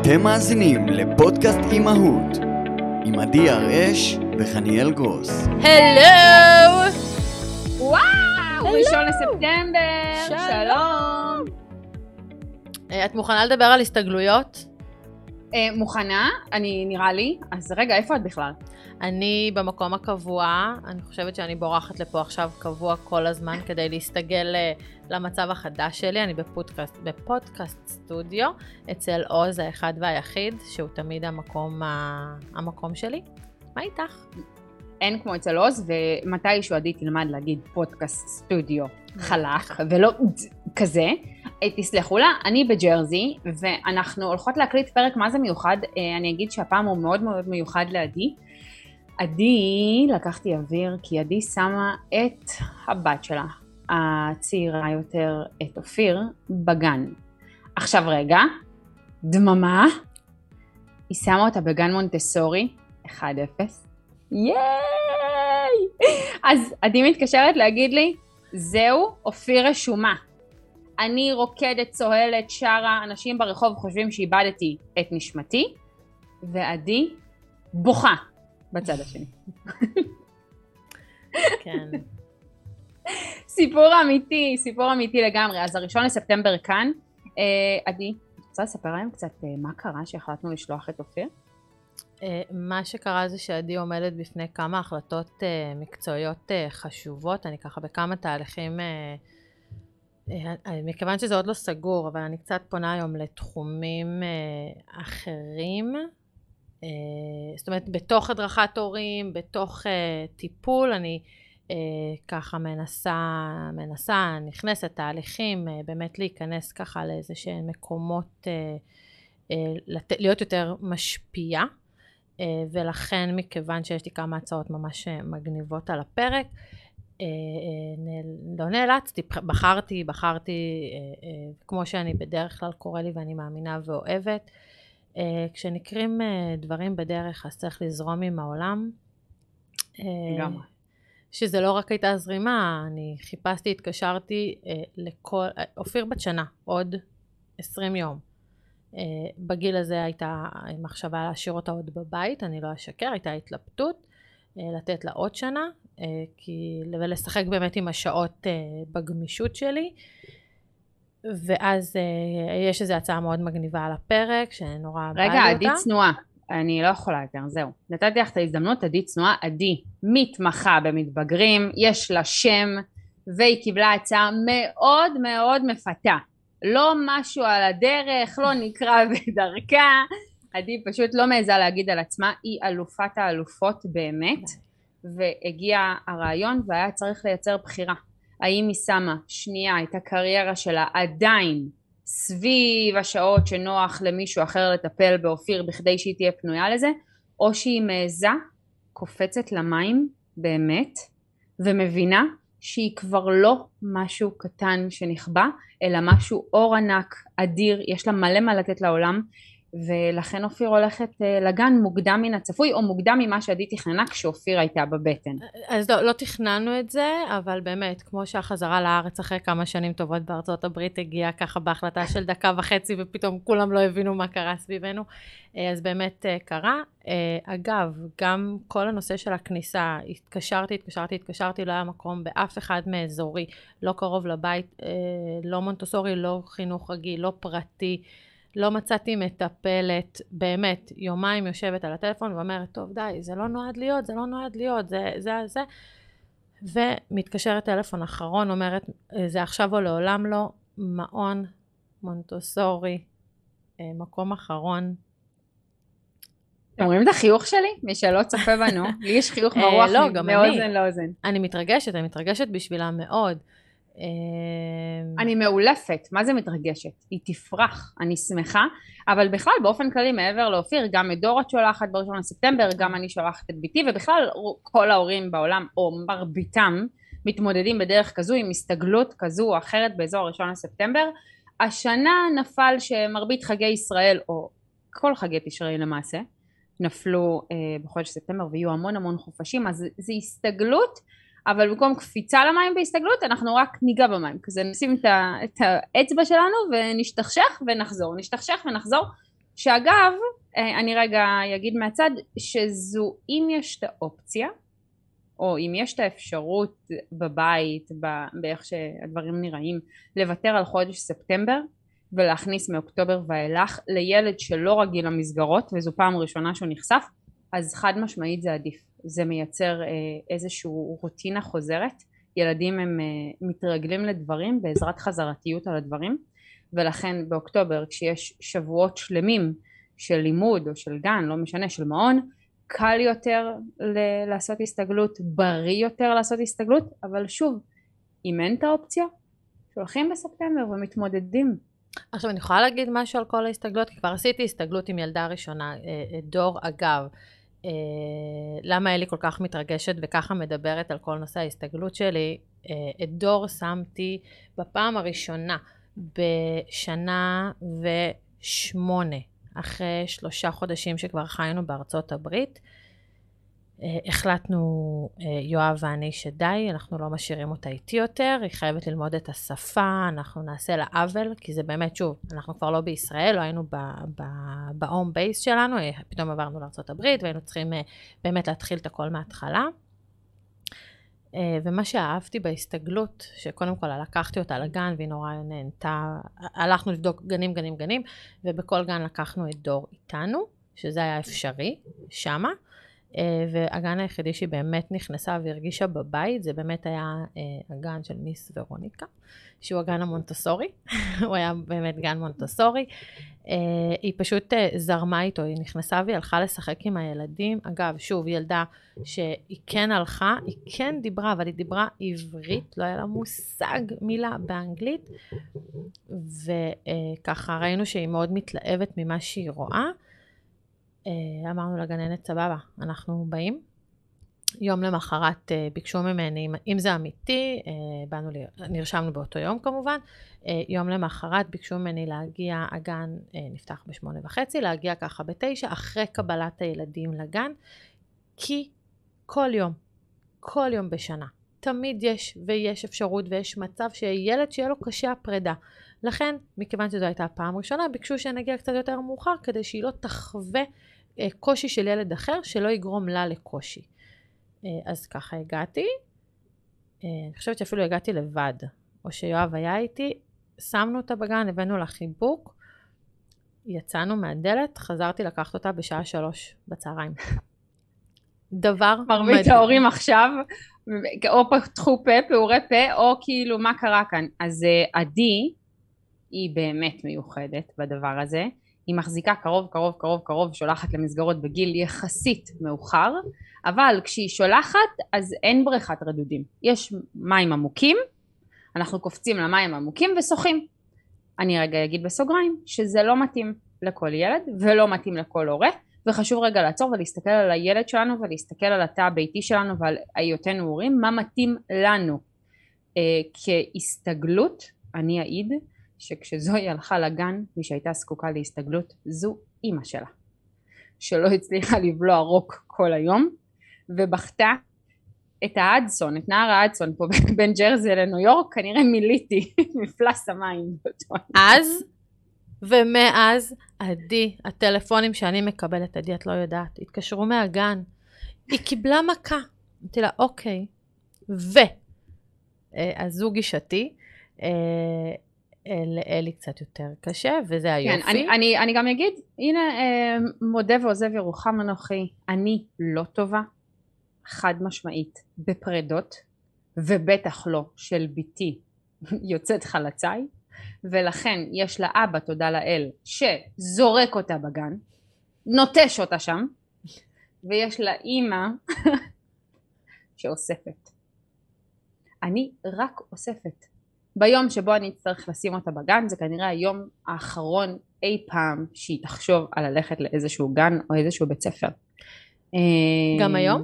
אתם מאזינים לפודקאסט אימהות עם עדי הראש וחניאל גרוס. הלו! וואו! ראשון לספטמבר! שלום! את מוכנה לדבר על הסתגלויות? מוכנה? אני נראה לי. אז רגע, איפה את בכלל? אני במקום הקבוע, אני חושבת שאני בורחת לפה עכשיו קבוע כל הזמן כדי להסתגל למצב החדש שלי. אני בפודקאסט סטודיו אצל עוז האחד והיחיד, שהוא תמיד המקום שלי. מה איתך? אין כמו אצל עוז, ומתישהו עדי תלמד להגיד פודקאסט סטודיו חלק, ולא כזה. תסלחו לה, אני בג'רזי, ואנחנו הולכות להקליט פרק מה זה מיוחד. אני אגיד שהפעם הוא מאוד מאוד מיוחד לעדי. עדי, לקחתי אוויר, כי עדי שמה את הבת שלה, הצעירה יותר, את אופיר, בגן. עכשיו רגע, דממה, היא שמה אותה בגן מונטסורי, 1-0. ייי! אז עדי מתקשרת להגיד לי, זהו, אופיר רשומה. אני רוקדת, צוהלת, שרה, אנשים ברחוב חושבים שאיבדתי את נשמתי, ועדי בוכה בצד השני. כן. סיפור אמיתי לגמרי. אז הראשון לספטמבר כאן. עדי, את רוצה לספר להם קצת מה קרה שהחלטנו לשלוח את אופיר? מה שקרה זה שעדי עומדת בפני כמה החלטות מקצועיות חשובות. אני ככה בכמה תהליכים, מכיוון שזה עוד לא סגור, אבל אני קצת פונה היום לתחומים אחרים. זאת אומרת, בתוך הדרכת הורים, בתוך טיפול, אני ככה נכנסת תהליכים, באמת להיכנס ככה לאיזה שהם מקומות, להיות יותר משפיעה, ולכן מכיוון שיש לי כמה הצעות ממש מגניבות על הפרק, לא נאלצתי, בחרתי כמו שאני בדרך כלל קורא לי ואני מאמינה ואוהבת. כשנקרים דברים בדרך אז צריך לזרום עם העולם. לגמרי. שזה לא רק הייתה זרימה, אני חיפשתי, התקשרתי לכל, אופיר בת שנה, עוד 20 יום. בגיל הזה הייתה מחשבה להשאיר אותה עוד בבית, אני לא אשקר, הייתה התלבטות, לתת לה עוד שנה, ולשחק באמת עם השעות בגמישות שלי. ואז יש איזו הצעה מאוד מגניבה על הפרק, שנורא בא לי אותה. רגע, עדי צנועה. אני לא יכולה יותר, זהו. נתתי לך את ההזדמנות, עדי צנועה. עדי מתמחה במתבגרים, יש לה שם, והיא קיבלה הצעה מאוד מאוד מפתה. לא משהו על הדרך, לא נקרא בדרכה. עדי פשוט לא מעיזה להגיד על עצמה, היא אלופת האלופות באמת, והגיע הרעיון והיה צריך לייצר בחירה. האם היא שמה שנייה את הקריירה שלה עדיין סביב השעות שנוח למישהו אחר לטפל באופיר בכדי שהיא תהיה פנויה לזה, או שהיא מעיזה, קופצת למים באמת, ומבינה שהיא כבר לא משהו קטן שנכבה, אלא משהו אור ענק, אדיר, יש לה מלא לתת לעולם, ולכן אופיר הולכת לגן מוקדם מן הצפוי, או מוקדם ממה שעדי תכננה כשאופיר הייתה בבטן. אז לא תכננו את זה, אבל באמת, כמו שהחזרה לארץ אחרי כמה שנים טובות בארצות הברית, הגיעה ככה בהחלטה של 1.5 ופתאום כולם לא הבינו מה קרה סביבנו, אז באמת קרה. אגב, גם כל הנושא של הכניסה, התקשרתי, לא היה מקום באף אחד מאזורי, לא קרוב לבית, לא מונטסורי, לא חינוך רגיל, לא פרטי, לא מצאתי מטפלת, באמת, יומיים יושבת על הטלפון ואומרת, טוב די, זה לא נועד להיות, זה. ומתקשרת טלפון אחרון, אומרת, זה עכשיו או לעולם לא, מעון, מונטסורי, מקום אחרון. אתם רואים את החיוך שלי? מי שלא צופה בנו, לי יש חיוך מרוח מאוזן לאוזן. אני מתרגשת בשבילה מאוד. אני מעולפת, מה זה מתרגשת? היא תפרח, אני שמחה, אבל בכלל באופן כללי מעבר לאופיר, גם את דור את שולחת בראשון לספטמבר, גם אני שולחת את ביתי, ובכלל כל ההורים בעולם, או מרביתם, מתמודדים בדרך כזו, עם הסתגלות כזו או אחרת באזור הראשון לספטמבר. השנה נפל שמרבית חגי ישראל, או כל חגי תשרי למעשה, נפלו בחודש ספטמבר, ויהיו המון חופשים, אז זה הסתגלות, אבל במקום קפיצה למים בהסתגלות, אנחנו רק ניגע במים, כזה נשים את האצבע שלנו ונשתכשך ונחזור, שאגב, אני רגע אגיד מהצד, שזו אם יש את האופציה, או אם יש את האפשרות בבית, באיך שהדברים נראים, לוותר על חודש ספטמבר, ולהכניס מאוקטובר ואילך לילד שלא רגיל למסגרות, וזו פעם ראשונה שהוא נחשף, אז חד משמעית זה עדיף. זה מייצר איזושהי רוטינה חוזרת, ילדים הם מתרגלים לדברים בעזרת חזרתיות על הדברים, ולכן באוקטובר כשיש שבועות שלמים של לימוד או של גן, לא משנה, של מעון, קל יותר לעשות הסתגלות, בריא יותר לעשות הסתגלות, אבל שוב, אם אין את האופציה, שולחים בספטמבר ומתמודדים. עכשיו אני יכולה להגיד משהו על כל ההסתגלות, כי כבר עשיתי הסתגלות עם ילדה ראשונה, דור אגב, למה אלי כל כך מתרגשת וככה מדברת על כל נושא ההסתגלות שלי, את דור שמתי בפעם הראשונה בשנה ו8, אחרי 3 חודשים שכבר חיינו בארצות הברית, החלטנו יואב ואני שדי, אנחנו לא משאירים אותה איתי יותר, היא חייבת ללמוד את השפה, אנחנו נעשה לה עוול, כי זה באמת שוב, אנחנו כבר לא בישראל, לא היינו בהום בייס שלנו, פתאום עברנו לארצות הברית, והיינו צריכים באמת להתחיל את הכל מההתחלה. ומה שאהבתי בהסתגלות, שקודם כל לקחתי אותה לגן, והיא נורא נהנתה, הלכנו לבדוק גנים, ובכל גן לקחנו את דור איתנו, שזה היה אפשרי, שמה, והגן היחידי שהיא באמת נכנסה והרגישה בבית, זה באמת היה הגן של מיס ורוניקה, שהוא הגן המונטסורי, הוא היה באמת גן מונטסורי, היא פשוט זרמה איתו, היא נכנסה והיא הלכה לשחק עם הילדים, אגב, שוב, ילדה שהיא כן הלכה, היא כן דיברה, אבל היא דיברה עברית, לא היה לה מושג מילה באנגלית, וככה ראינו שהיא מאוד מתלהבת ממה שהיא רואה, אמרנו לגננת סבבה, אנחנו באים. יום למחרת ביקשו ממני, אם זה אמיתי, נרשמנו באותו יום כמובן, יום למחרת ביקשו ממני להגיע, הגן נפתח ב8:30, להגיע ככה ב9, אחרי קבלת הילדים לגן, כי כל יום בשנה, תמיד יש אפשרות ויש מצב שילד שיהיה לו קשה הפרידה. לכן, מכיוון שזו הייתה הפעם ראשונה, ביקשו שנגיע קצת יותר מאוחר, כדי שהיא לא תחווה קושי של ילד אחר, שלא יגרום לה לקושי. אז ככה הגעתי, אני חושבת שאפילו הגעתי לבד, או שיואב היה איתי, שמנו אותה בגן, הבאנו לה חיבוק, יצאנו מהדלת, חזרתי לקחת אותה בשעה 3 בצהריים. דבר מדהים. מרבית ההורים עכשיו, או פתחו פה, פעורי פה, או כאילו מה קרה כאן. אז עדי, היא באמת מיוחדת בדבר הזה, היא מחזיקה קרוב, שולחת למסגרות בגיל יחסית מאוחר, אבל כשהיא שולחת אז אין בריכת רדודים. יש מים עמוקים, אנחנו קופצים למים עמוקים ושוחים. אני רגע אגיד בסוגריים שזה לא מתאים לכל ילד ולא מתאים לכל הורה, וחשוב רגע לעצור ולהסתכל על הילד שלנו ולהסתכל על התא הביתי שלנו ועל היותנו הורים, מה מתאים לנו. כהסתגלות, אני אעיד, שכשזוהי הלכה לגן, מי שהייתה זקוקה להסתגלות, זו אימא שלה. שלא הצליחה לבלוע רוק כל היום, ובכתה את האדסון, את נהר האדסון פה בין ג'רזי לניו יורק, כנראה מיליתי מפלס המים. אז, ומאז, עדי, הטלפונים שאני מקבלת, עדי, את לא יודעת, התקשרו מהגן, היא קיבלה מכה, אמרתי לה, אוקיי, אז זו גישתי, לאלי קצת יותר קשה, וזה היופי. כן, אני גם אגיד, הנה, מודה ועוזב ירוחם אנוכי, אני לא טובה, חד משמעית, בפרדות, ובטח לא של ביתי יוצאת חלצאי, ולכן יש לאבא, תודה לאל, שזורק אותה בגן, נוטש אותה שם, ויש לאמא שאוספת. אני רק אוספת. ביום שבו אני אצטרך לשים אותה בגן, זה כנראה היום האחרון אי פעם שהיא תחשוב על ללכת לאיזשהו גן או איזשהו בית ספר. גם היום?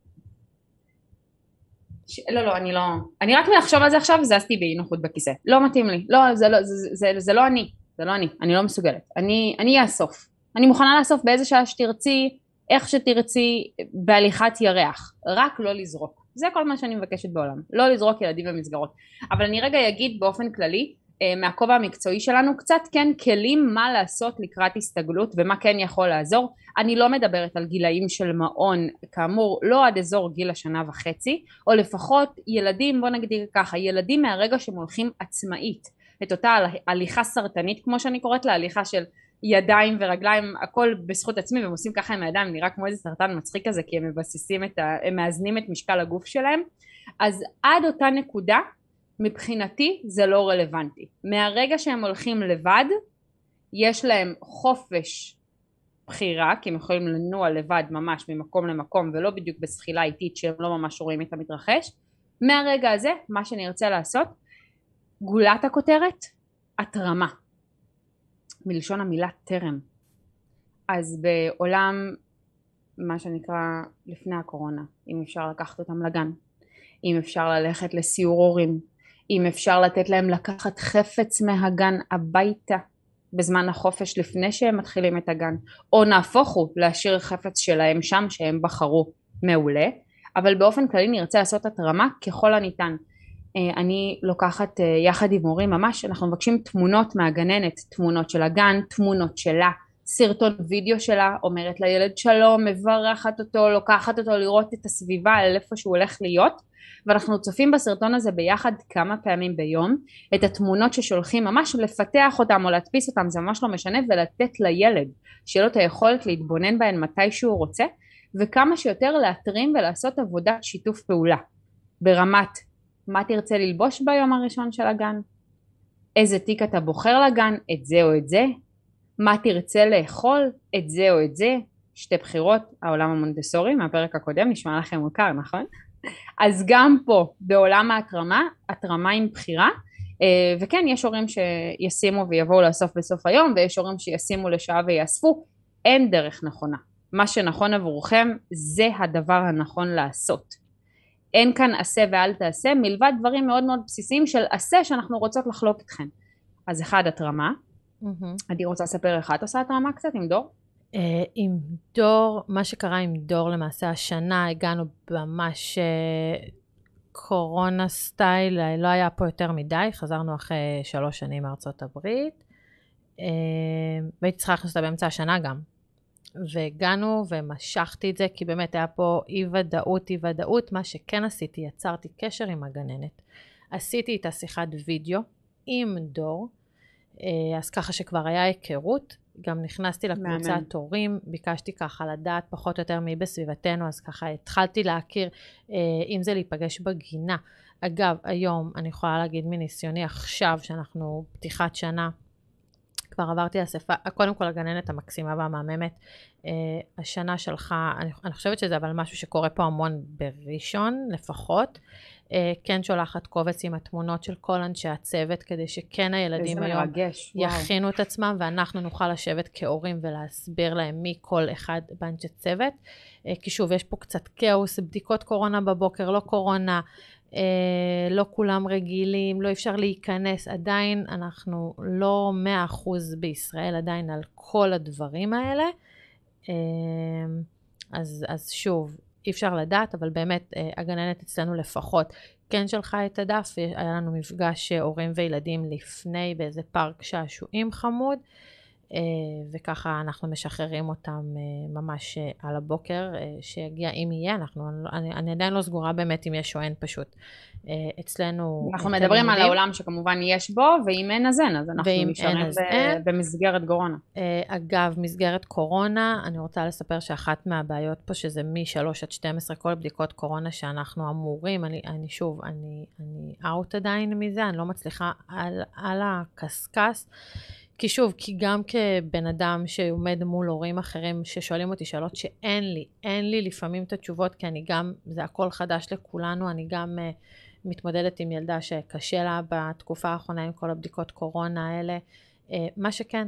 לא, אני לא. אני רק מלחשוב על זה עכשיו, זזתי באי נוחות בכיסא. לא מתאים לי. לא, זה לא אני. זה לא אני. אני לא מסוגלת. אני אאסוף. אני מוכנה לאסוף באיזה שעה שתרצי, איך שתרצי, בהליכת ירח. רק לא לזרוק. זה כל מה שאני מבקשת בעולם. לא לזרוק ילדים במסגרות. אבל אני רגע אגיד באופן כללי, מהכובע המקצועי שלנו, קצת כן כלים מה לעשות לקראת הסתגלות ומה כן יכול לעזור. אני לא מדברת על גילאים של מעון, כאמור לא עד אזור גיל 1.5 שנה, או לפחות ילדים, בוא נגדיר ככה, ילדים מהרגע שהם הולכים עצמאית, את אותה הליכה סרטנית כמו שאני קוראת לה, הליכה של ידיים ורגליים, הכל בזכות עצמי, והם עושים ככה עם הידיים, נראה כמו איזה סרטן מצחיק כזה, כי הם מבססים הם מאזנים את משקל הגוף שלהם. אז עד אותה נקודה מבחינתי זה לא רלוונטי. מהרגע שהם הולכים לבד, יש להם חופש בחירה, כי הם יכולים לנוע לבד ממש ממקום למקום, ולא בדיוק בסחילה איטית שהם לא ממש רואים את המתרחש. מהרגע הזה, מה שאני ארצה לעשות, גולת הכותרת, התרמה. מלשון המילה תרם. אז בעולם, מה שנקרא לפני הקורונה, אם אפשר לקחת אותם לגן, אם אפשר ללכת לסיור הורים, אם אפשר לתת להם לקחת חפץ מהגן הביתה בזמן החופש לפני שהם מתחילים את הגן, או נהפוך הוא להשאיר חפץ שלהם שם שהם בחרו, מעולה. אבל באופן כללי נרצה לעשות התרמה ככל הניתן. אני לוקחת יחד עם הורים, ממש אנחנו מבקשים תמונות מהגננת, תמונות של הגן, תמונות שלה, סרטון וידאו שלה, אומרת לילד שלום, מברכת אותו, לוקחת אותו לראות את הסביבה על איפה שהוא הולך להיות, ואנחנו צופים בסרטון הזה ביחד כמה פעמים ביום, את התמונות ששולחים, ממש לפתח אותם או להדפיס אותם, זה ממש לא משנה, ולתת לילד שיהיה לו את היכולת להתבונן בהן מתי שהוא רוצה, וכמה שיותר להתרים ולעשות עבודת שיתוף פעולה, ברמת מה תרצה ללבוש ביום הראשון של הגן, איזה תיק אתה בוחר לגן, את זה או את זה, מה תרצה לאכול, את זה או את זה, שתי בחירות, העולם המונטסורי, מהפרק הקודם, נשמע לכם מוכר, נכון? אז גם פה, בעולם ההתרמה, התרמה עם בחירה, וכן, יש הורים שישימו ויבואו לאסוף בסוף היום, ויש הורים שישימו לשעה ויאספו, אין דרך נכונה. מה שנכון עבורכם, זה הדבר הנכון לעשות. אין כאן עשה ואל תעשה, מלבד דברים מאוד מאוד בסיסיים של עשה שאנחנו רוצות לחלוק איתכם. אז אחד, התרמה. אני רוצה לספר איך את עושה התרמה קצת עם דור? עם דור, מה שקרה עם דור למעשה השנה, הגענו ממש קורונה סטייל, לא היה פה יותר מדי, חזרנו אחרי 3 שנים מארצות הברית, והייתי צריכה לעשות באמצע השנה גם. והגענו ומשכתי את זה, כי באמת היה פה אי ודאות, מה שכן עשיתי, יצרתי קשר עם הגננת, עשיתי איתה שיחת וידאו עם דור, אז ככה שכבר היה היכרות, גם נכנסתי לקבוצת הורים, ביקשתי ככה לדעת פחות או יותר מי בסביבתנו, אז ככה התחלתי להכיר, אם זה להיפגש בגינה. אגב, היום אני יכולה להגיד מניסיוני עכשיו, שאנחנו פתיחת שנה, כבר עברתי אספה, קודם כל הגננת המקסימה והמהממת, השנה שלך, אני חושבת שזה אבל משהו שקורה פה המון בראשון לפחות, כן שולחת קובץ עם התמונות של כל אנשי הצוות, כדי שכן הילדים היום יכינו את עצמם, ואנחנו נוכל לשבת כהורים ולהסביר להם מי כל אחד באנשי צוות, כי שוב יש פה קצת כאוס, בדיקות קורונה בבוקר, לא קורונה, לא כולם רגילים, לא אפשר להיכנס, עדיין אנחנו לא 100% בישראל, עדיין על כל הדברים האלה, אז שוב, אי אפשר לדעת, אבל באמת הגננת אצלנו לפחות כן שלחה את הדף, היה לנו מפגש הורים וילדים לפני באיזה פארק שעשועים חמוד, וככה אנחנו משחררים אותם ממש על הבוקר, שיגיע אם יהיה, אני עדיין לא סגורה באמת אם יש או אין פשוט. אצלנו... אנחנו מדברים על העולם שכמובן יש בו, ואם אין אז אין, אז אנחנו נשארים במסגרת קורונה. אגב, מסגרת קורונה, אני רוצה לספר שאחת מהבעיות פה, שזה מ-3 עד 12, כל בדיקות קורונה שאנחנו אמורים, אני שוב, אני אאוט עדיין מזה, אני לא מצליחה על הקסקס, כי שוב, כי גם כבן אדם שעומד מול הורים אחרים ששואלים אותי שאלות שאין לי לפעמים את התשובות, כי אני גם, זה הכל חדש לכולנו, אני גם מתמודדת עם ילדה שקשה לה בתקופה האחרונה עם כל הבדיקות קורונה האלה. מה שכן,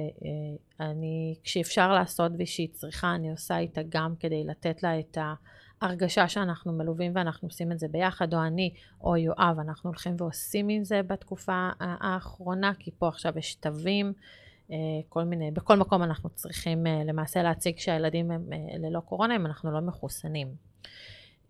כשאפשר לעשות ושהיא צריכה, אני עושה איתה גם כדי לתת לה את ההרגשה שאנחנו מלווים ואנחנו עושים את זה ביחד, או אני או יואב, אנחנו הולכים ועושים עם זה בתקופה האחרונה, כי פה עכשיו יש תווים, כל מיני, בכל מקום אנחנו צריכים למעשה להציג שהילדים הם ללא קורונה, אם אנחנו לא מחוסנים.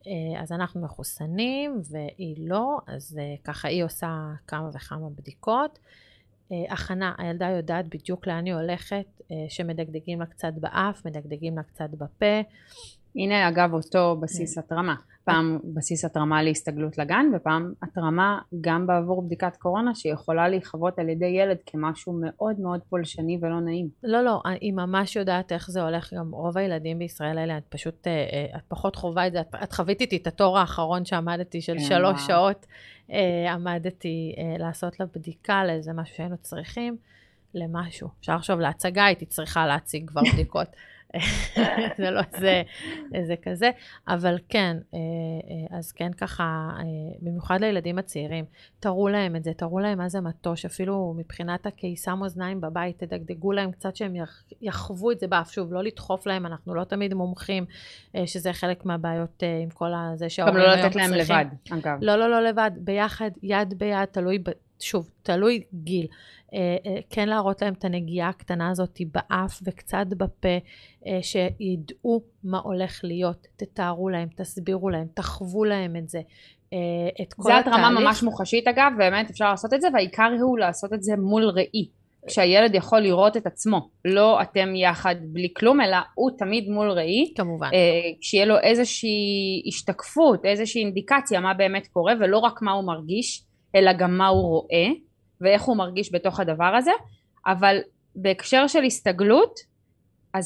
אז אנחנו מחוסנים והיא לא, אז ככה היא עושה כמה וכמה בדיקות. הכנה, הילדה יודעת בדיוק לאן היא הולכת, שמדגדגים לה קצת באף, מדגדגים לה קצת בפה. הנה אגב אותו בסיס התרמה, פעם בסיס התרמה להסתגלות לגן ופעם התרמה גם בעבור בדיקת קורונה שיכולה להיחוות על ידי ילד כמשהו מאוד מאוד פולשני ולא נעים. לא, היא ממש יודעת איך זה הולך, גם רוב הילדים בישראל האלה, את פשוט, את פחות חובה את זה, את חווית איתי את התור האחרון שעמדתי של 3 שעות, עמדתי לעשות לה בדיקה לאיזה משהו שהיינו צריכים, למשהו. אפשר לחשוב להצגה, הייתי צריכה להציג כבר בדיקות. זה לא זה כזה, אבל כן, אז כן ככה, במיוחד לילדים הצעירים, תראו להם את זה, תראו להם מה זה מטוש, אפילו מבחינת הקיסם אוזניים בבית, תדגדגו להם קצת שהם יחוו את זה באף, שוב, לא לדחוף להם, אנחנו לא תמיד מומחים, שזה חלק מהבעיות עם כל הזה שההורים היום צריכים. גם לא לתת להם לבד, אגב. לא לבד, ביחד, יד ביד, תלוי, שוב, תלוי גיל. כן להראות להם את הנגיעה הקטנה הזאת באף וקצת בפה, שידעו מה הולך להיות, תתארו להם, תסבירו להם, תחוו להם את זה. את כל זה התרמה ממש מוחשית אגב, באמת אפשר לעשות את זה, והעיקר הוא לעשות את זה מול ראי, כשהילד יכול לראות את עצמו, לא אתם יחד בלי כלום, אלא הוא תמיד מול ראי, כמובן. כשיהיה לו איזושהי השתקפות, איזושהי אינדיקציה מה באמת קורה, ולא רק מה הוא מרגיש, אלא גם מה הוא רואה, ואיך הוא מרגיש בתוך הדבר הזה, אבל בהקשר של הסתגלות, אז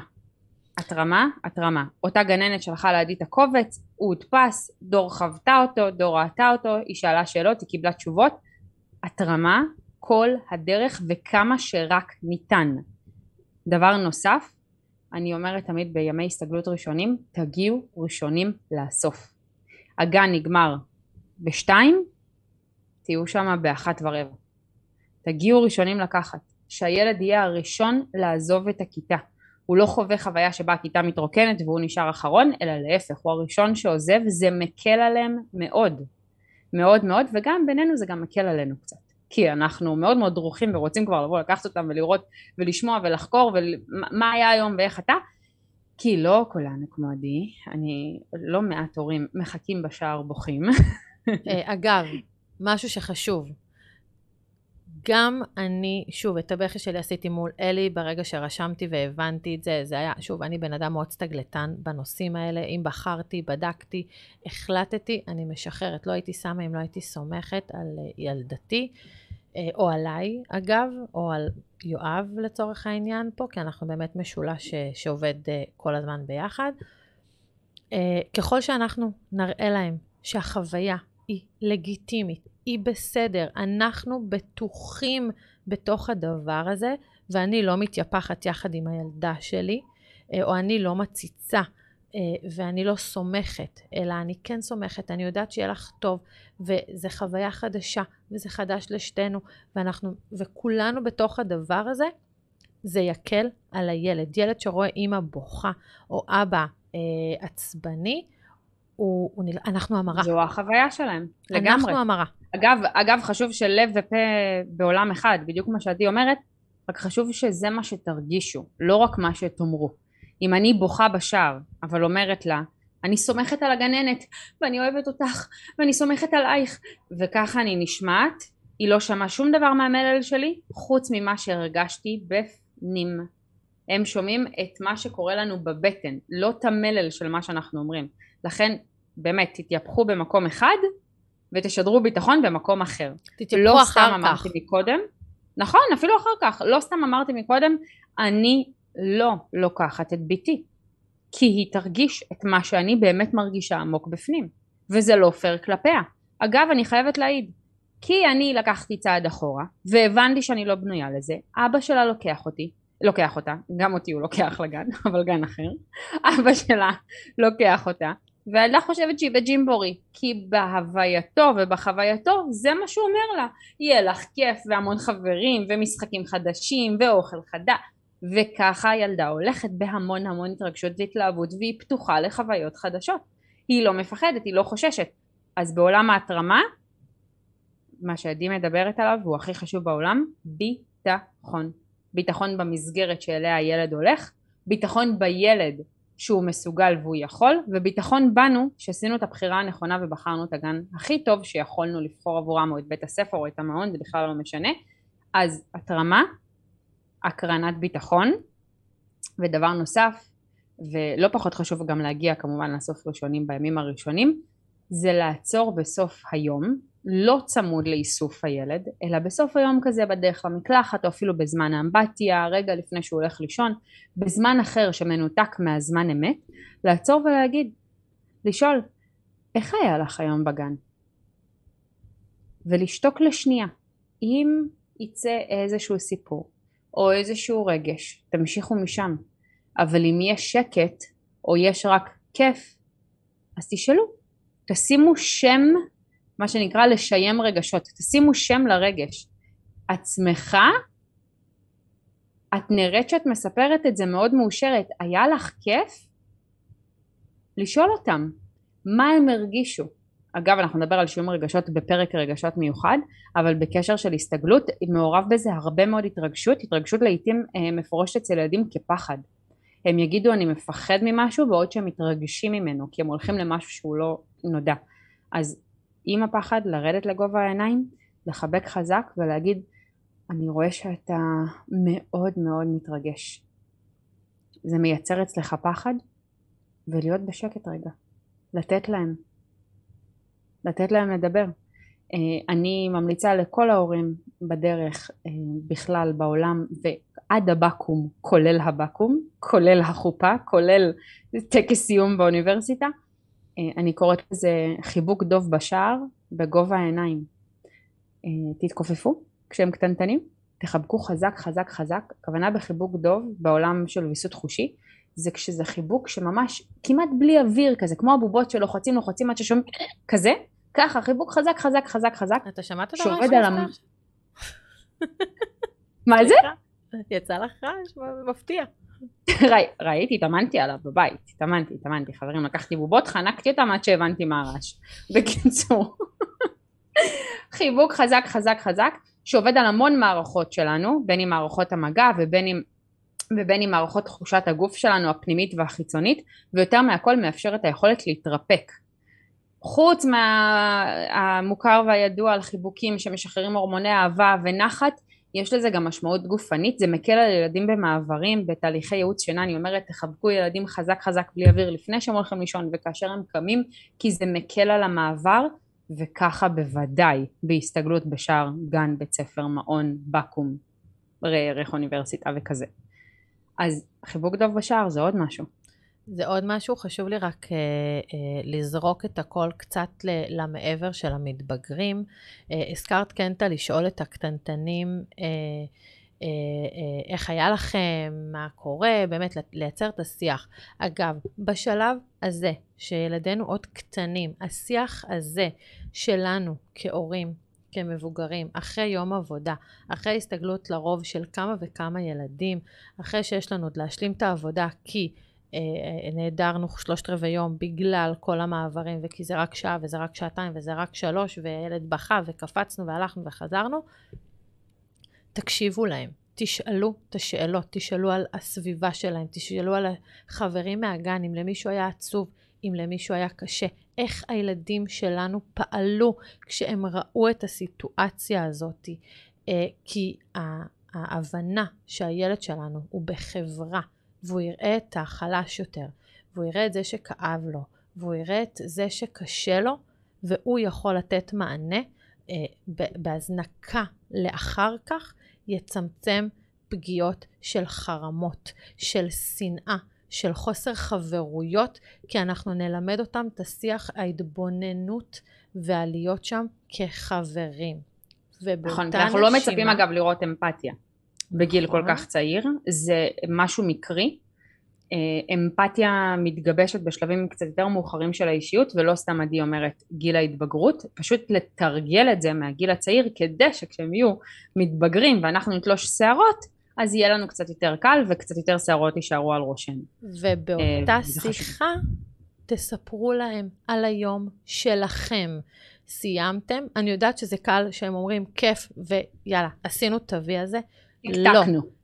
התרמה. אותה גננת שלחה לידי את הקובץ, הוא הודפס, דור חוותה אותו, דור ראתה אותו, היא שאלה שאלות, היא קיבלה תשובות, התרמה כל הדרך וכמה שרק ניתן. דבר נוסף, אני אומרת תמיד בימי הסתגלות ראשונים, תגיעו ראשונים לאסוף. הגן נגמר ב2, תהיו שם ב1:15. תגיעו ראשונים לקחת, שהילד יהיה הראשון לעזוב את הכיתה. הוא לא חווה חוויה שבה הכיתה מתרוקנת והוא נשאר אחרון, אלא להפך, הוא הראשון שעוזב, זה מקל עליהם מאוד, מאוד מאוד, וגם בינינו זה גם מקל עלינו קצת. כי אנחנו מאוד מאוד דרוכים ורוצים כבר לבוא לקחת אותם ולראות ולשמוע ולחקור ומה היה היום ואיך אתה, כי לא כולנו כמו עדי, אני לא מעט הורים מחכים בשער בוכים. אגב, משהו שחשוב, גם אני, שוב, את הבכי שלי עשיתי מול אלי, ברגע שרשמתי והבנתי את זה, זה היה, שוב, אני בן אדם מאוד סטגלטן בנושאים האלה, אם בחרתי, בדקתי, החלטתי, אני משחררת, לא הייתי שמה אם לא הייתי סומכת על ילדתי, או עליי, אגב, או על יואב לצורך העניין פה, כי אנחנו באמת משולש שעובד כל הזמן ביחד. ככל שאנחנו נראה להם שהחוויה היא לגיטימית, היא בסדר, אנחנו בטוחים בתוך הדבר הזה, ואני לא מתייפחת יחד עם הילדה שלי, או אני לא מציצה, ואני לא סומכת, אלא אני כן סומכת, אני יודעת שיהיה לך טוב, וזה חוויה חדשה, וזה חדש לשתינו, וכולנו בתוך הדבר הזה, זה יקל על הילד. ילד שרואה אמא בוכה, או אבא עצבני, אנחנו המראה. זו החוויה שלהם, לגמרי. אנחנו המראה. אגב, חשוב שלב ופה בעולם אחד, בדיוק מה שעדי אומרת, רק חשוב שזה מה שתרגישו, לא רק מה שתאמרו. אם אני בוכה בשער, אבל אומרת לה, אני סומכת על הגננת, ואני אוהבת אותך, ואני סומכת עלייך, וככה אני נשמעת, היא לא שמעה שום דבר מהמלל שלי, חוץ ממה שהרגשתי בפנים. הם שומעים את מה שקורה לנו בבטן, לא את המלל של מה שאנחנו אומרים. לכן, באמת, תתייפחו במקום אחד, ותשדרו ביטחון במקום אחר. תתייפחו לא אחר סתם כך. אמרתי מקודם, נכון, אפילו אחר כך, לא סתם אמרתי מקודם, אני לא לוקחת את ביתי, כי היא תרגיש את מה שאני באמת מרגישה עמוק בפנים, וזה לא פייר כלפיה. אגב, אני חייבת להעיד, כי אני לקחתי צעד אחורה, והבנתי שאני לא בנויה לזה, אבא שלה לוקח אותה, גם אותי הוא לוקח לגן, אבל גן אחר, אבא שלה לוקח אותה, והילדה חושבת שהיא בג'ימבורי, כי בהווייתו ובחווייתו זה מה שהוא אומר לה, יהיה לך כיף והמון חברים ומשחקים חדשים ואוכל חדש, וככה הילדה הולכת בהמון המון התרגשות והתלהבות, והיא פתוחה לחוויות חדשות, היא לא מפחדת, היא לא חוששת. אז בעולם ההתרמה, מה שעדי מדברת עליו הוא הכי חשוב בעולם, ביטחון. ביטחון במסגרת שאליה הילד הולך, ביטחון בילד שהוא מסוגל והוא יכול, וביטחון בנו שעשינו את הבחירה הנכונה ובחרנו את הגן הכי טוב שיכולנו לבחור עבורם, או את בית הספר או את המעון, זה בכלל לא משנה. אז התרמה, הקרנת ביטחון, ודבר נוסף, ולא פחות חשוב גם להגיע כמובן לאסוף ראשונים בימים הראשונים, זה לעצור בסוף היום, לא צמוד לאיסוף הילד, אלא בסוף היום כזה בדרך למקלחת, או אפילו בזמן האמבטיה, רגע לפני שהוא הולך לישון, בזמן אחר שמנותק מהזמן אמת, לעצור ולהגיד, לשאול, איך היה לך היום בגן? ולשתוק לשנייה. אם יצא איזשהו סיפור, או איזשהו רגש, תמשיכו משם. אבל אם יש שקט, או יש רק כיף, אז תשאלו. תשימו שם, מה שנקרא לשיים רגשות. תשימו שם לרגש. עצמך, את נראית שאת מספרת את זה מאוד מאושרת. היה לך כיף? לשאול אותם. מה הם הרגישו? אגב, אנחנו נדבר על שיום רגשות בפרק רגשות מיוחד, אבל בקשר של הסתגלות, מעורב בזה הרבה מאוד התרגשות. התרגשות לעתים מפורשת אצל ילדים כפחד. הם יגידו אני מפחד ממשהו, בעוד שהם מתרגשים ממנו, כי הם הולכים למשהו שהוא לא נודע. אז עם הפחד, לרדת לגובה העיניים, לחבק חזק ולהגיד, אני רואה שאתה מאוד מאוד מתרגש. זה מייצר אצלך פחד, ולהיות בשקט רגע. לתת להם לדבר. אני ממליצה לכל ההורים בדרך, בכלל בעולם, ועד הבקום, כולל הבקום, כולל החופה, כולל טקס סיום באוניברסיטה, אני קוראת לזה חיבוק דוב בשער בגובה העיניים. תתכופפו כשהם קטנטנים, תחבקו חזק חזק חזק. הכוונה בחיבוק דוב בעולם של ויסות חושי, זה כשזה חיבוק שממש כמעט בלי אוויר כזה, כמו הבובות שלוחצים עד ששומעים כזה, ככה, חיבוק חזק חזק חזק חזק. אתה שמעת את הרעש שעשתה? מה זה? יצא לך רעש מפתיע. ראיתי, התאמנתי עליו בבית, התאמנתי, חברים, לקחתי בובות, חנקתי אותם עד שהבנתי מה הרעש. בקיצור, חיבוק חזק חזק חזק, שעובד על המון מערכות שלנו, בין עם מערכות המגע ובין עם מערכות תחושת הגוף שלנו, הפנימית והחיצונית, ויותר מהכל מאפשר את היכולת להתרפק. חוץ מהמוכר והידוע על חיבוקים שמשחררים הורמוני אהבה ונחת, יש לזה גם משמעות גופנית. זה מקל על ילדים במעברים, בתהליכי ייעוץ שינה. אני אומרת, תחבקו ילדים חזק חזק בלי אוויר לפני שהם הולכים לישון וכאשר הם קמים, כי זה מקל על המעבר, וככה בוודאי בהסתגלות בשער, גן, בית ספר, מעון, בקום, ריח אוניברסיטה וכזה. אז חיבוק דוב בשער זה עוד משהו. זה עוד משהו, חשוב לי רק לזרוק את הכל קצת למעבר של המתבגרים. הזכרת קנטה לשאול את הקטנטנים איך היה לכם, מה קורה, באמת לייצר את השיח. אגב, בשלב הזה שילדינו עוד קטנים, השיח הזה שלנו כהורים, כמבוגרים, אחרי יום עבודה, אחרי הסתגלות לרוב של כמה וכמה ילדים, אחרי שיש לנו עוד להשלים את העבודה, כי נהדרנו 3/4 יום בגלל כל המעברים, וכי זה רק שעה וזה רק שעתיים וזה רק 3, וילד בכה וקפצנו והלכנו וחזרנו. תקשיבו להם, תשאלו את השאלות, תשאלו על הסביבה שלהם, תשאלו על החברים מהגן, אם למישהו היה עצוב, אם למישהו היה קשה, איך הילדים שלנו פעלו כשהם ראו את הסיטואציה הזאת, כי ההבנה שהילד שלנו הוא בחברה, והוא יראה את החלש יותר, והוא יראה את זה שכאב לו, והוא יראה את זה שקשה לו, והוא יכול לתת מענה בהזנקה לאחר כך, יצמצם פגיעות של חרמות, של שנאה, של חוסר חברויות, כי אנחנו נלמד אותם את השיח, ההתבוננות והלהיות שם כחברים. נכון, אנחנו לא מצפים אגב לראות אמפתיה בגיל כל כך צעיר, זה משהו מקרי. אמפתיה מתגבשת בשלבים קצת יותר מאוחרים של האישיות, ולא סתם עדי אומרת גיל ההתבגרות, פשוט לתרגל את זה מהגיל הצעיר, כדי שכשהם יהיו מתבגרים ואנחנו נתלוש שערות, אז יהיה לנו קצת יותר קל וקצת יותר שערות יישארו על ראשנו. ובאותה שיחה תספרו להם על היום שלכם. סיימתם? אני יודעת שזה קל שהם אומרים כיף ויאללה, עשינו תווי הזה. תקתקנו. לא.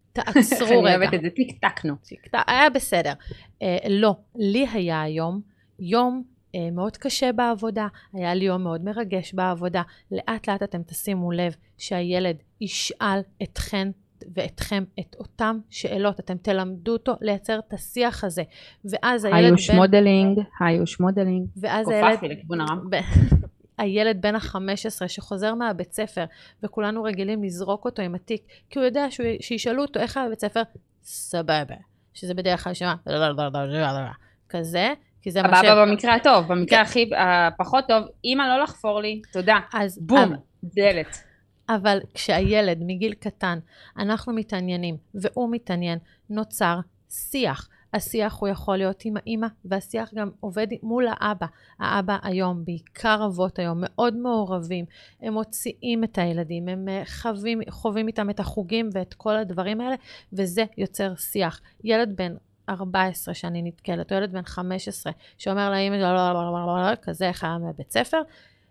תעצרו רגע. אני אוהבת את זה, תקתקנו. היה בסדר. לא, לי היה היום יום מאוד קשה בעבודה, היה לי יום מאוד מרגש בעבודה. לאט לאט אתם תשימו לב שהילד ישאל אתכן ואתכם את אותם שאלות, אתם תלמדו אותו לייצר את השיח הזה, ואז הילד היוש מודלינג, ואז קופחתי לכיוון הרם. הילד בן ה-15 שחוזר מהבית ספר, וכולנו רגילים לזרוק אותו עם התיק, כי הוא יודע שישאלו אותו איך היה בבית ספר, סבבה, שזה בדרך כלל שמה, כזה, כי זה מה סבבה במקרה הטוב, במקרה הכי פחות טוב, אמא לא לחפור לי, תודה, בום, דלת. אבל כשהילד מגיל קטן, אנחנו מתעניינים, והוא מתעניין, נוצר שיח. השיח הוא יכול להיות עם האמא, והשיח גם עובד מול האבא. האבא היום, בעיקר אבות היום, מאוד מעורבים. הם מוציאים את הילדים, הם חווים איתם את החוגים ואת כל הדברים האלה, וזה יוצר שיח. ילד בן 14 שאני נתקלת, או ילד בן 15, שאומר לאמא, כזה איך היה מבית ספר,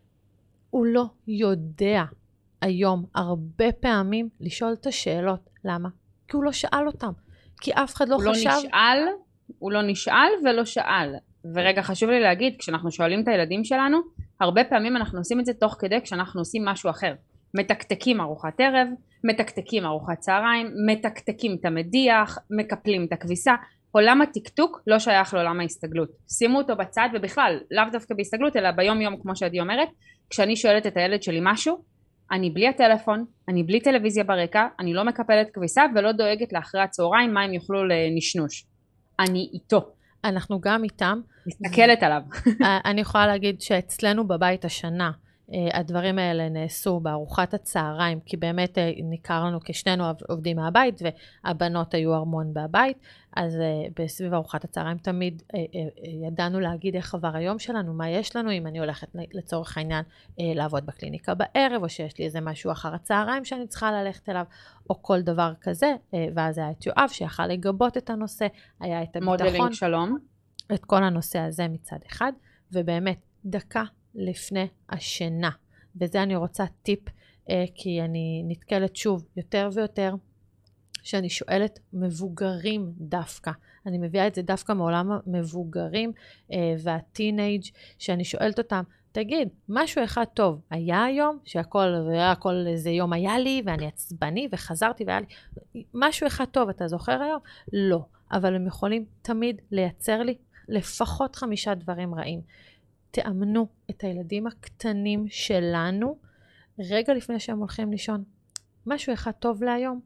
הוא לא יודע היום הרבה פעמים לשאול את השאלות. למה? כי הוא לא שאל אותם. כי אף אחד לא חשב. הוא לא נשאל ולא שאל. ורגע חשוב לי להגיד, כשאנחנו שואלים את הילדים שלנו, הרבה פעמים אנחנו עושים את זה תוך כדי כשאנחנו עושים משהו אחר. מתקתקים ארוחת ערב, מתקתקים ארוחת צהריים, מתקתקים את המדיח, מקפלים את הכביסה. עולם התקתוק לא שייך לעולם ההסתגלות. שימו אותו בצד, ובכלל, לאו דווקא בהסתגלות, אלא ביום יום, כמו שעדי אומרת, כשאני שואלת את הילד שלי משהו, אני בלי הטלפון, אני בלי טלוויזיה ברקע, אני לא מקפלת כביסה ולא דואגת לאחרי הצהריים מה הם יוכלו לנשנוש. אני איתו. אנחנו גם איתם. מסתכלת עליו. אני יכולה להגיד שאצלנו בבית השנה, הדברים האלה נעשו בארוחת הצהריים, כי באמת ניכר לנו כשנינו עובדים מהבית, והבנות היו ארמון בבית, אז בסביב ארוחת הצהריים תמיד ידענו להגיד איך עבר היום שלנו, מה יש לנו, אם אני הולכת לצורך העניין לעבוד בקליניקה בערב, או שיש לי איזה משהו אחר הצהריים שאני צריכה ללכת אליו, או כל דבר כזה, ואז היה את יואב שיכל לגבות את הנושא, היה את הביטחון. מודלינג שלום. את כל הנושא הזה מצד אחד, ובאמת דקה לפני השינה, וזה אני רוצה טיפ, כי אני נתקלת שוב יותר ויותר, שאני שואלת מבוגרים דווקא, אני מביאה את זה דווקא מעולם המבוגרים והטינאייג', שאני שואלת אותם, תגיד, משהו אחד טוב, היה היום, שהכל איזה יום היה לי, ואני עצבני וחזרתי והיה לי, משהו אחד טוב, אתה זוכר היום? לא, אבל הם יכולים תמיד לייצר לי לפחות 5 דברים רעים. תאמנו את הילדים הקטנים שלנו, רגע לפני שהם הולכים לישון. משהו אחד טוב להיום.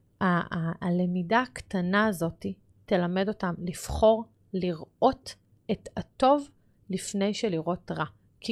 הלמידה הקטנה הזאת תלמד אותם לבחור, לראות את הטוב לפני שלראות רע. כי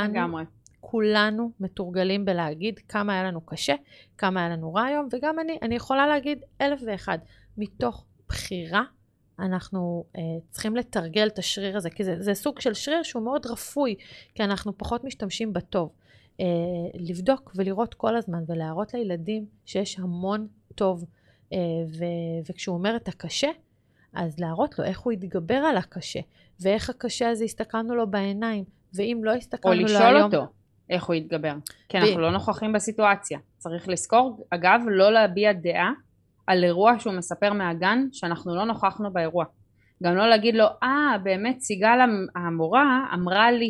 כולנו מתורגלים בלהגיד כמה היה לנו קשה, כמה היה לנו רע היום, וגם אני יכולה להגיד 1001. מתוך בחירה, אנחנו צריכים לתרגל את השריר הזה, כי זה סוג של שריר שהוא מאוד רפוי, כי אנחנו פחות משתמשים בטוב. לבדוק ולראות כל הזמן, ולהראות לילדים שיש המון טוב, וכשהוא אומר את הקשה, אז להראות לו איך הוא יתגבר על הקשה, ואיך הקשה הזה הסתכלנו לו בעיניים, ואם לא הסתכלנו לו היום... או לשאול אותו איך הוא יתגבר, כי אנחנו לא נוכחים בסיטואציה. צריך לזכור, אגב, לא להביע דעה, על אירוע שהוא מספר מהגן שאנחנו לא נוכחנו באירוע. גם לא להגיד לו, באמת סיגל המורה אמרה לי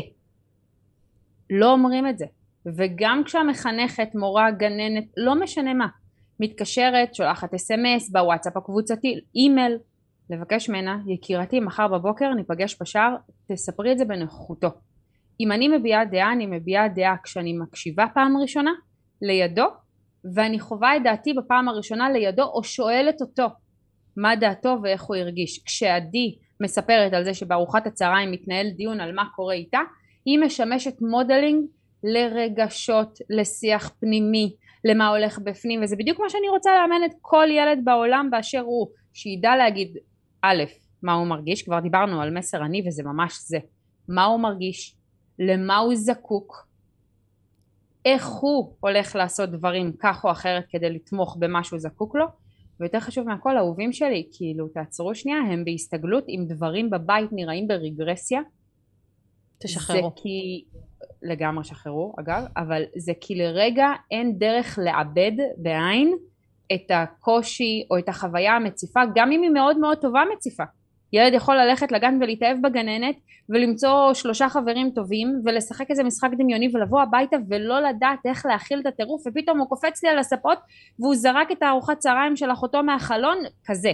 לא אומרים את זה. וגם כשהמחנכת, מורה, גננת, לא משנה מה, מתקשרת, שולחת SMS בוואטסאפ הקבוצתי, אימייל, לבקש ממנה, יקירתי, מחר בבוקר ניפגש בשער, תספרי את זה בנוכחותו. אם אני מביעה דעה, אני מביעה דעה כשאני מקשיבה פעם ראשונה לידו, ואני חווה את דעתי בפעם הראשונה לידו, או שואלת אותו מה דעתו ואיך הוא הרגיש. כשעדי מספרת על זה שבארוחת הצהריים מתנהל דיון על מה קורה איתה, היא משמשת מודלינג לרגשות, לשיח פנימי, למה הולך בפנים, וזה בדיוק מה שאני רוצה לאמן את כל ילד בעולם באשר הוא, שידע להגיד, א', מה הוא מרגיש, כבר דיברנו על מסר אני וזה ממש זה, מה הוא מרגיש, למה הוא זקוק, איך הוא הולך לעשות דברים כך או אחרת כדי לתמוך במה שהוא זקוק לו, ויותר חשוב מהכל, האהובים שלי, כאילו תעצרו שנייה, הם בהסתגלות, אם דברים בבית נראים ברגרסיה, תשחררו. זה כי, לגמרי שחררו אגב, אבל זה כי לרגע אין דרך לעבד בעין את הקושי או את החוויה המציפה, גם אם היא מאוד מאוד טובה מציפה. ילד יכול ללכת לגן ולהתאהב בגננת ולמצוא 3 חברים טובים ולשחק איזה משחק דמיוני ולבוא הביתה ולא לדעת איך להכיל את הטירוף, ופתאום הוא קופץ לי על הספות והוא זרק את הארוחת צהריים של אחותו מהחלון כזה.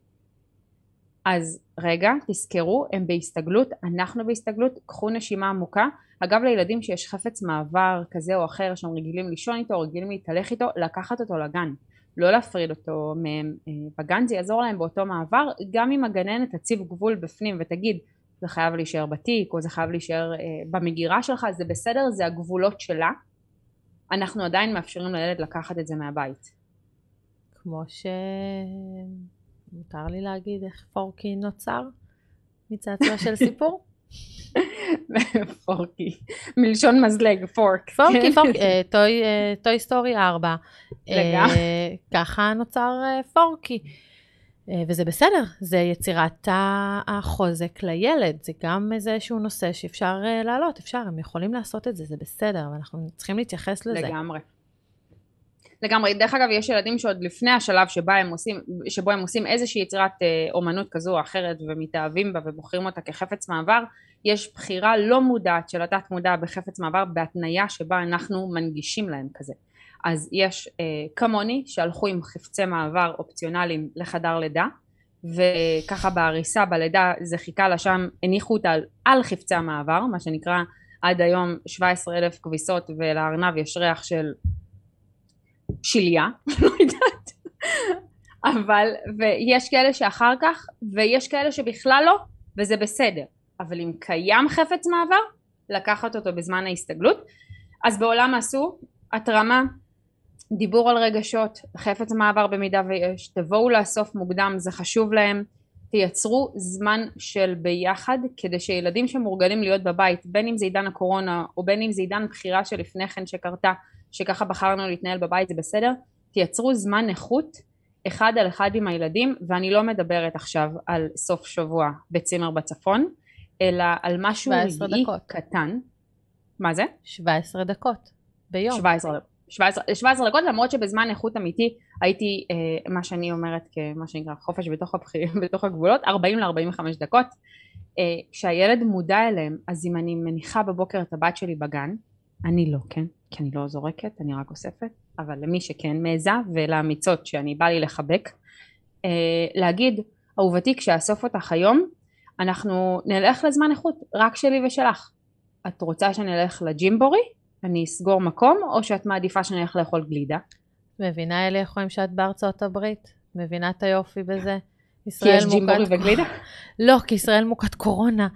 אז רגע, תזכרו, הם בהסתגלות, אנחנו בהסתגלות, קחו נשימה עמוקה. אגב, לילדים שיש חפץ מעבר כזה או אחר שהם רגילים לישון איתו, רגילים להתהלך איתו, לקחת אותו לגן, לא להפריד אותו מהם בגן, זה יעזור להם באותו מעבר. גם אם הגננת תציב גבול בפנים ותגיד זה חייב להישאר בתיק או זה חייב להישאר במגירה שלך, זה בסדר, זה הגבולות שלה, אנחנו עדיין מאפשרים לילד לקחת את זה מהבית. כמו מותר לי להגיד איך פורקי נוצר מצעצוע של סיפור? פורקי, מלשון מזלג, פורק. פורקי, טוי סטורי 4. ככה נוצר פורקי. וזה בסדר, זה יצירת החוזק לילד, זה גם איזשהו נושא שאפשר לעלות, הם יכולים לעשות את זה, זה בסדר, ואנחנו צריכים להתייחס לזה. לגמרי. דרך אגב, יש ילדים שעוד לפני השלב שבו הם עושים איזושהי יצירת אומנות כזו או אחרת ומתאהבים בה ובוחרים אותה כחפץ מעבר, יש בחירה לא מודעת של התת מודע בחפץ מעבר בהתניה שבה אנחנו מנגישים להם כזה. אז יש כמוני שהלכו עם חפצי מעבר אופציונליים לחדר לידה, וככה בהריסה בלידה זה חיכה לה שם, הניחו אותה על חפצי המעבר, מה שנקרא עד היום 17,000 כביסות ולארנב יש ריח של שיליה, לא יודעת, אבל ויש כאלה שאחר כך ויש כאלה שבכלל לא, וזה בסדר. אבל אם קיים חפץ מעבר, לקחת אותו בזמן ההסתגלות. אז בעולם עשו התרמה, דיבור על רגשות, חפץ מעבר במידה ויש, תבואו לאסוף מוקדם, זה חשוב להם, תייצרו זמן של ביחד, כדי שילדים שמורגלים להיות בבית, בין אם זה עידן הקורונה, או בין אם זה עידן בחירה שלפני כן שקרתה, שככה בחרנו להתנהל בבית, זה בסדר, תייצרו זמן איכות, 1 על 1 עם הילדים, ואני לא מדברת עכשיו על סוף שבוע בצימר בצפון, אלא על משהו רגעי קטן. מה זה? 17 דקות ביום. 17 דקות, למרות שבזמן איכות אמיתי הייתי, מה שאני אומרת כמה שנקרא חופש בתוך הגבולות, 40 ל-45 דקות. כשהילד מודע אליהם, אז אם אני מניחה בבוקר את הבת שלי בגן, אני לא, כן? כי אני לא זורקת, אני רק אוספת, אבל למי שכן מעזה ולאמיצות שאני בא לי לחבק, להגיד, אהובתי, כשאסוף אותך היום, אנחנו נלך לזמן איכות, רק שלי ושלך. את רוצה שאני אלך לג'ימבורי? אני אסגור מקום, או שאת מעדיפה שאני אלך לאכול גלידה? מבינה אלה יכולים שאת בארצות הברית? מבינה את היופי בזה? כי יש ג'ימבורי וגלידה? לא, כי ישראל מוכת קורונה.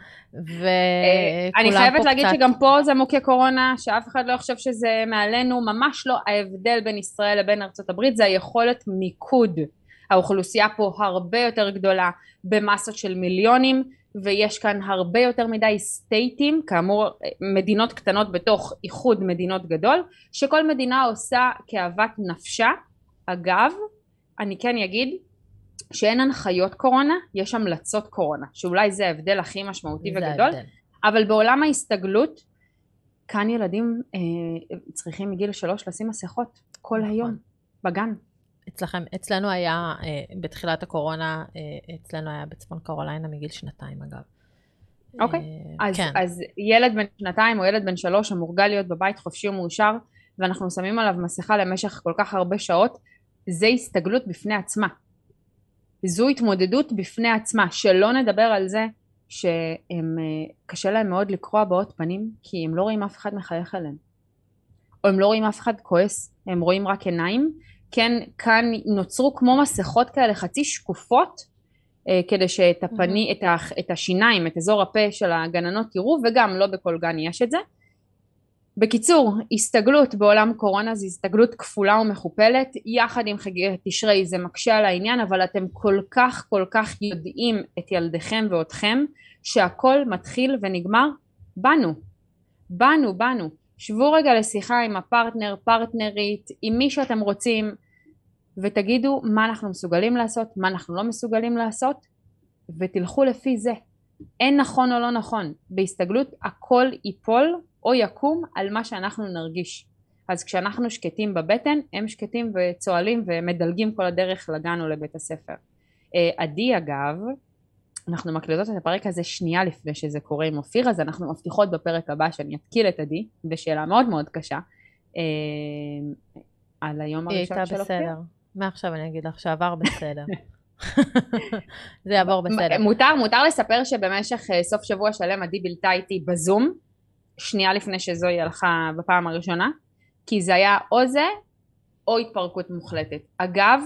אני חייבת להגיד שגם פה זה מוכה קורונה, שאף אחד לא חושב שזה מעלינו, ממש לא. ההבדל בין ישראל לבין ארצות הברית זה היכולת מיקוד. האוכלוסייה פה הרבה יותר גדולה במסות של מיליונים, ויש כאן הרבה יותר מדי סטייטים, כאמור מדינות קטנות בתוך איחוד מדינות גדול, שכל מדינה עושה כאוות נפשה. אגב, אני כן אגיד שאין הנחיות קורונה, יש המלצות קורונה, שאולי זה ההבדל הכי משמעותי וגדול, אבל בעולם ההסתגלות, כאן ילדים צריכים מגיל 3 לשים מסכות כל היום בגן. אצלנו היה בתחילת הקורונה, אצלנו היה בצפון קרוליינה מגיל 2 אגב. אוקיי, אז ילד בן 2 או ילד בן 3 המורגל להיות בבית חופשי ומאושר, ואנחנו שמים עליו מסכה למשך כל כך הרבה שעות, זה הסתגלות בפני עצמה. זו התמודדות בפני עצמה, שלא נדבר על זה שהם קשה להם מאוד לקרוא הבעות פנים, כי הם לא רואים אף אחד מחייך אליהם. או הם לא רואים אף אחד כועס, הם רואים רק עיניים. כן, כאן נוצרו כמו מסכות כאלה חצי שקופות, כדי שאת הפני, את השיניים, את אזור הפה של הגננות תראו, וגם לא בכל גן יש את זה. בקיצור, הסתגלות בעולם קורונה זה הסתגלות כפולה ומכופלת, יחד עם חגי תשרי זה מקשה על העניין, אבל אתם כל כך יודעים את ילדיכם ואותכם, שהכל מתחיל ונגמר בנו. שבו רגע לשיחה עם הפרטנר, פרטנרית, עם מי שאתם רוצים, ותגידו מה אנחנו מסוגלים לעשות, מה אנחנו לא מסוגלים לעשות, ותלכו לפי זה. אין נכון או לא נכון. בהסתגלות הכל ייפול או יקום על מה שאנחנו נרגיש. אז כשאנחנו שקטים בבטן, הם שקטים וצועלים ומדלגים כל הדרך לגן או לבית הספר. עדי אגב, אנחנו מקליטות את הפרק הזה שנייה לפני שזה קורה עם אופיר, אז אנחנו מבטיחות בפרק הבא שאני אתקיל את עדי, בשאלה מאוד מאוד קשה, על היום הראשון של אופיר. בסדר. מעכשיו אני אגיד לך שעבר בסדר. זה יעבור בסדר. מותר לספר שבמשך סוף שבוע שלם עדי בילתה איתי בזום, שנייה לפני שזוהי הלכה בפעם הראשונה, כי זה היה או זה או התפרקות מוחלטת. אגב,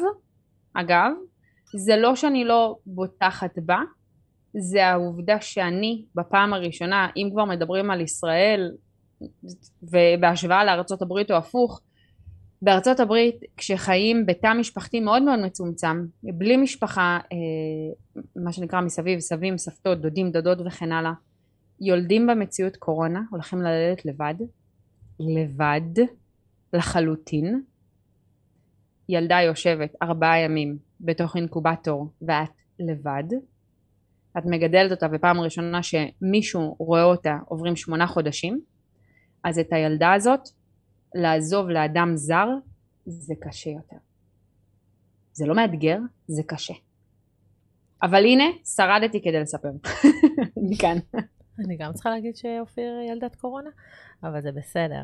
זה לא שאני לא בוטחת בה, זה העובדה שאני בפעם הראשונה, אם כבר מדברים על ישראל ובהשוואה לארצות הברית או הפוך, בארצות הברית כשחיים בתא משפחתי מאוד מאוד מצומצם, בלי משפחה, מה שנקרא מסביב, סבים, סבתות, דודים, דודות וכן הלאה, יולדים במציאות קורונה, הולכים ללדת לבד לחלוטין, ילדה יושבת 4 ימים בתוך אינקובטור ואת לבד, את מגדלת אותה בפעם הראשונה שמישהו רואה אותה עוברים 8 חודשים, אז את הילדה הזאת לעזוב לאדם זר זה קשה יותר. זה לא מאתגר, זה קשה. אבל הנה, שרדתי כדי לספר. אני כאן. אני גם צריכה להגיד שאופיר ילדת קורונה, אבל זה בסדר.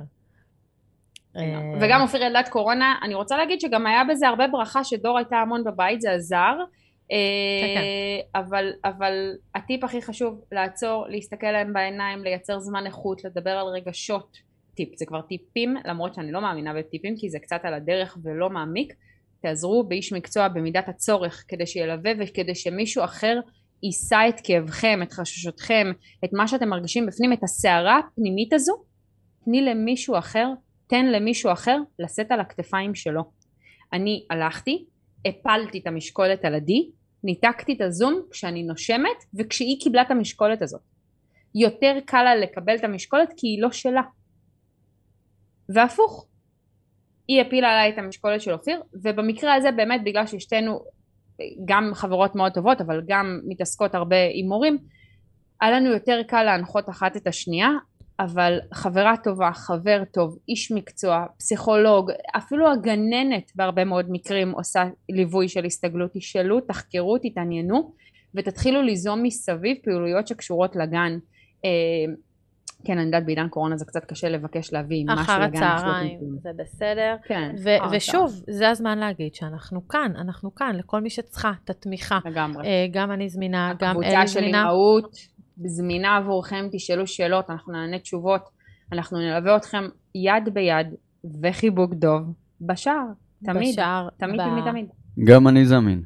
וגם אופיר ילדת קורונה, אני רוצה להגיד שגם היה בזה הרבה ברכה שדור הייתה המון בבית, זה עזר. אבל הטיפ הכי חשוב, לעצור, להסתכל להם בעיניים, לייצר זמן איכות, לדבר על רגשות. טיפ, זה כבר טיפים, למרות שאני לא מאמינה בטיפים, כי זה קצת על הדרך ולא מעמיק. תעזרו באיש מקצוע במידת הצורך, כדי שילווה וכדי שמישהו אחר יישא את כאבכם, את חששותכם, את מה שאתם מרגישים בפנים, את הסערה הפנימית הזו, תני למישהו אחר, תן למישהו אחר לשאת על הכתפיים שלו. אני הלכתי, הפלתי את המשקולת על עדי, ניתקתי את הזום כשאני נושמת, וכשהיא קיבלה את המשקולת הזאת. יותר קל לה לקבל את המשקולת כי היא לא שלה. והפוך, היא הפילה עליי את המשקולת של אופיר, ובמקרה הזה באמת בגלל ששתינו גם חברות מאוד טובות, אבל גם מתעסקות הרבה עם מורים, היה לנו יותר קל להנחות אחת את השנייה, אבל חברה טובה, חבר טוב, איש מקצוע, פסיכולוג, אפילו הגננת בהרבה מאוד מקרים עושה ליווי של הסתגלות, תשאלו, תחקרו, תתעניינו, ותתחילו ליזום מסביב פעילויות שקשורות לגן. כן, אני יודעת בעידן קורונה זה קצת קשה לבקש להביא משהו לגן. אחר הצהריים, זה בסדר. כן. ושוב, זה הזמן להגיד שאנחנו כאן, לכל מי שצריכה, את התמיכה. לגמרי. גם אני זמינה, גם אלי הקבוצה של זמינה. אימהות, זמינה עבורכם, תשאלו שאלות, אנחנו נענה תשובות, אנחנו נלווה אתכם יד ביד, וחיבוק דוב, בשער, תמיד, תמיד. גם אני זמין.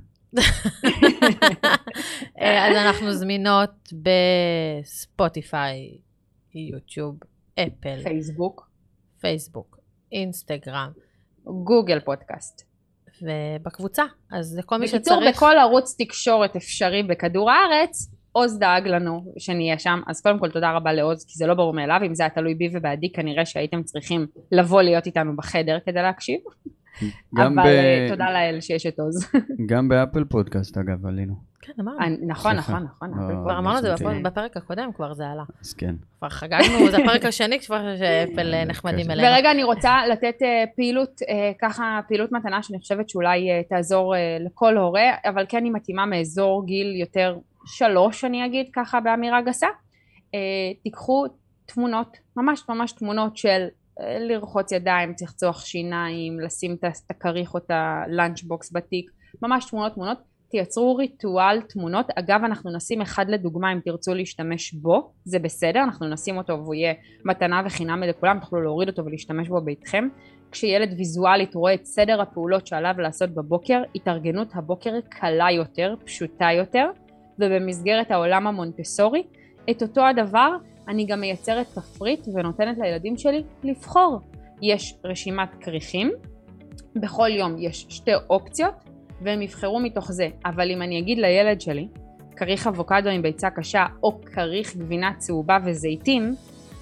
אז אנחנו זמינות בספוטיפיי, יוטיוב, אפל, פייסבוק, אינסטגרם, גוגל פודקאסט. ובקבוצה, אז לכל מי בקיצור, שצריך. בכל ערוץ תקשורת אפשרי בכדור הארץ, עוז דאג לנו שנהיה שם, אז קודם כל תודה רבה לעוז, כי זה לא ברור מאליו, אם זה היה תלוי בי ובעדי, כנראה שהייתם צריכים לבוא להיות איתנו בחדר כדי להקשיב. אבל תודה לאל שיש את עוז. גם באפל פודקאסט אגב עלינו. כן, אמרנו. נכון. כבר אמרנו את זה בפרק הקודם, כבר זה עלה. אז כן. כבר חגגנו, זה הפרק השני כבר שאפל נחמדים אלינו. ורגע אני רוצה לתת פעילות, ככה פעילות מתנה שאני חושבת שאולי תעזור לכל הורה, אבל כן היא מתאימה מאזור גיל יותר 3 אני אגיד ככה באמירה גסה. תיקחו תמונות, ממש תמונות של לרחוץ ידיים, צחצוח שיניים, לשים את הכריך או את הלאנצ'בוקס בתיק, ממש תמונות, תייצרו ריטואל תמונות. אגב, אנחנו נשים אחד לדוגמה אם תרצו להשתמש בו, זה בסדר, אנחנו נשים אותו והוא יהיה מתנה וחינם לכולם, תוכלו להוריד אותו ולהשתמש בו ביתכם. כשילד ויזואלית רואה את סדר הפעולות שעליו לעשות בבוקר, התארגנות הבוקר קלה יותר, פשוטה יותר, ובמסגרת העולם המונטסורי, את אותו הדבר אני גם מייצרת תפריט ונותנת לילדים שלי לבחור. יש רשימת כריכים, בכל יום יש 2 אופציות, והם יבחרו מתוך זה. אבל אם אני אגיד לילד שלי, כריך אבוקדו עם ביצה קשה, או כריך גבינה צהובה וזיתים,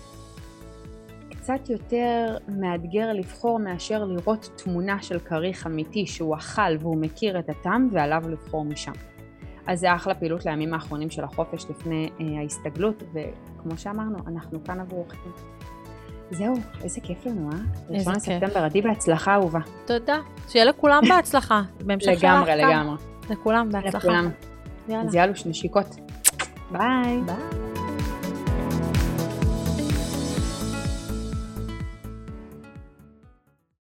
קצת יותר מאתגר לבחור מאשר לראות תמונה של כריך אמיתי שהוא אכל והוא מכיר את הטעם ועליו לבחור משם. אז זה אחלה פעילות לימים האחרונים של החופש לפני ההסתגלות, וכמו שאמרנו, אנחנו כאן עבורכם. זהו, איזה כיף לנו, איזה 1 כיף. לספטמבר, עדי בהצלחה אהובה. תודה. שיהיה לכולם בהצלחה. בהמשך שלך גם. לגמרי. לכולם בהצלחה. לכולם. יאללה. אז יאללה, נשיקות. ביי. ביי.